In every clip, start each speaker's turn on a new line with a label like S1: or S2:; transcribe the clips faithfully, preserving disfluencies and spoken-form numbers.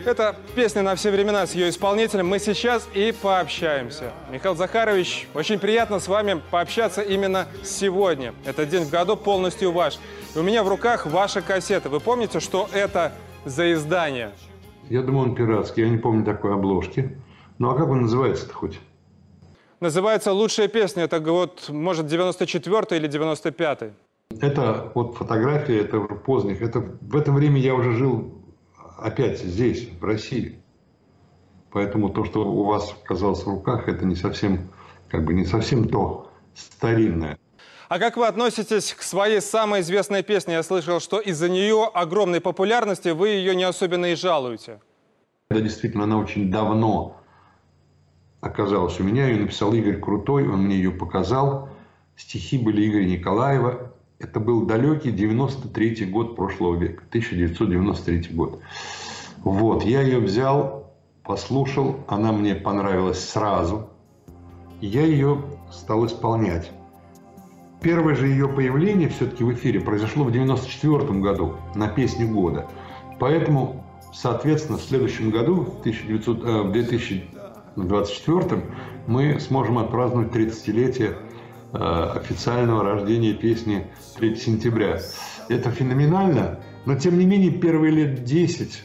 S1: Это песня на все времена с ее исполнителем. Мы сейчас и пообщаемся. Михаил Захарович, очень приятно с вами пообщаться именно сегодня. Этот день в году полностью ваш. И у меня в руках ваша кассета. Вы помните, что это за издание?
S2: Я думаю, он пиратский. Я не помню такой обложки. Ну а как он называется-то хоть?
S1: Называется «Лучшая песня». Это вот, может, девяносто четвёртый или девяносто пятый.
S2: Это вот фотографии, это уже поздних. Это, в это время я уже жил опять здесь, в России. Поэтому то, что у вас оказалось в руках, это не совсем, как бы не совсем то старинное.
S1: А как вы относитесь к своей самой известной песне? Я слышал, что из-за нее огромной популярности вы ее не особенно и жалуете.
S2: Да, действительно, она очень давно оказалась у меня. Ее написал Игорь Крутой, он мне ее показал. Стихи были Игоря Николаева. Это был далекий девяносто третий год прошлого века, тысяча девятьсот девяносто третий год. Вот, я ее взял, послушал, она мне понравилась сразу. И я ее стал исполнять. Первое же ее появление все-таки в эфире произошло в девяносто четвёртом году на «Песню года». Поэтому, соответственно, в следующем году, в две тысячи двадцать четвёртом, мы сможем отпраздновать тридцатилетие официального рождения песни третьего сентября. Это феноменально, но тем не менее первые лет десять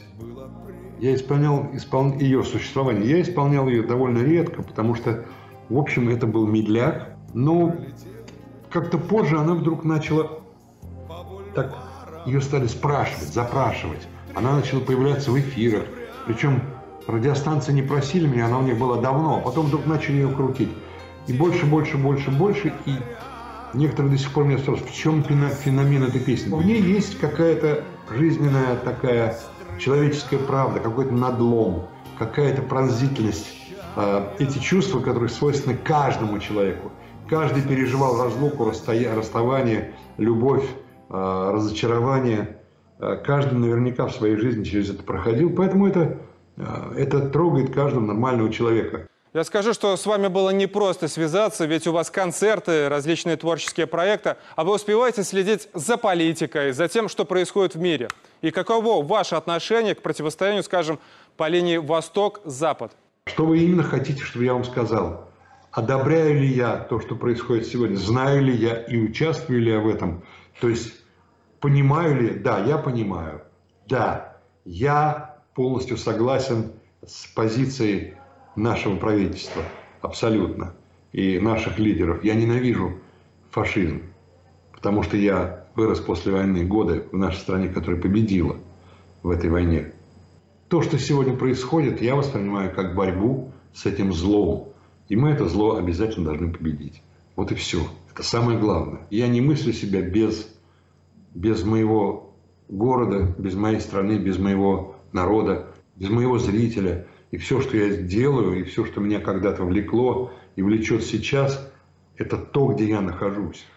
S2: я исполнял, испол... ее существование. Я исполнял ее довольно редко, потому что, в общем, это был медляк. Но как-то позже она вдруг начала, так, ее стали спрашивать, запрашивать. Она начала появляться в эфирах. Причем радиостанции не просили меня, она у них была давно, а потом вдруг начали ее крутить. И больше, больше, больше, больше. И некоторые до сих пор меня спрашивают, в чем феномен этой песни. В ней есть какая-то жизненная такая человеческая правда, какой-то надлом, какая-то пронзительность. Эти чувства, которые свойственны каждому человеку. Каждый переживал разлуку, расставание, любовь, разочарование. Каждый наверняка в своей жизни через это проходил. Поэтому это, это трогает каждого нормального человека.
S1: Я скажу, что с вами было непросто связаться, ведь у вас концерты, различные творческие проекты, а вы успеваете следить за политикой, за тем, что происходит в мире. И каково ваше отношение к противостоянию, скажем, по линии Восток-Запад?
S2: Что вы именно хотите, чтобы я вам сказал? Одобряю ли я то, что происходит сегодня? Знаю ли я и участвую ли я в этом? То есть, понимаю ли? Да, я понимаю. Да, я полностью согласен с позицией нашего правительства, абсолютно, и наших лидеров. Я ненавижу фашизм, потому что я вырос после войны, годы в нашей стране, которая победила в этой войне. То, что сегодня происходит, я воспринимаю как борьбу с этим злом. И мы это зло обязательно должны победить. Вот и все. Это самое главное. Я не мыслю себя без, без моего города, без моей страны, без моего народа, без моего зрителя. И все, что я делаю, и все, что меня когда-то влекло и влечет сейчас, это то, где я нахожусь.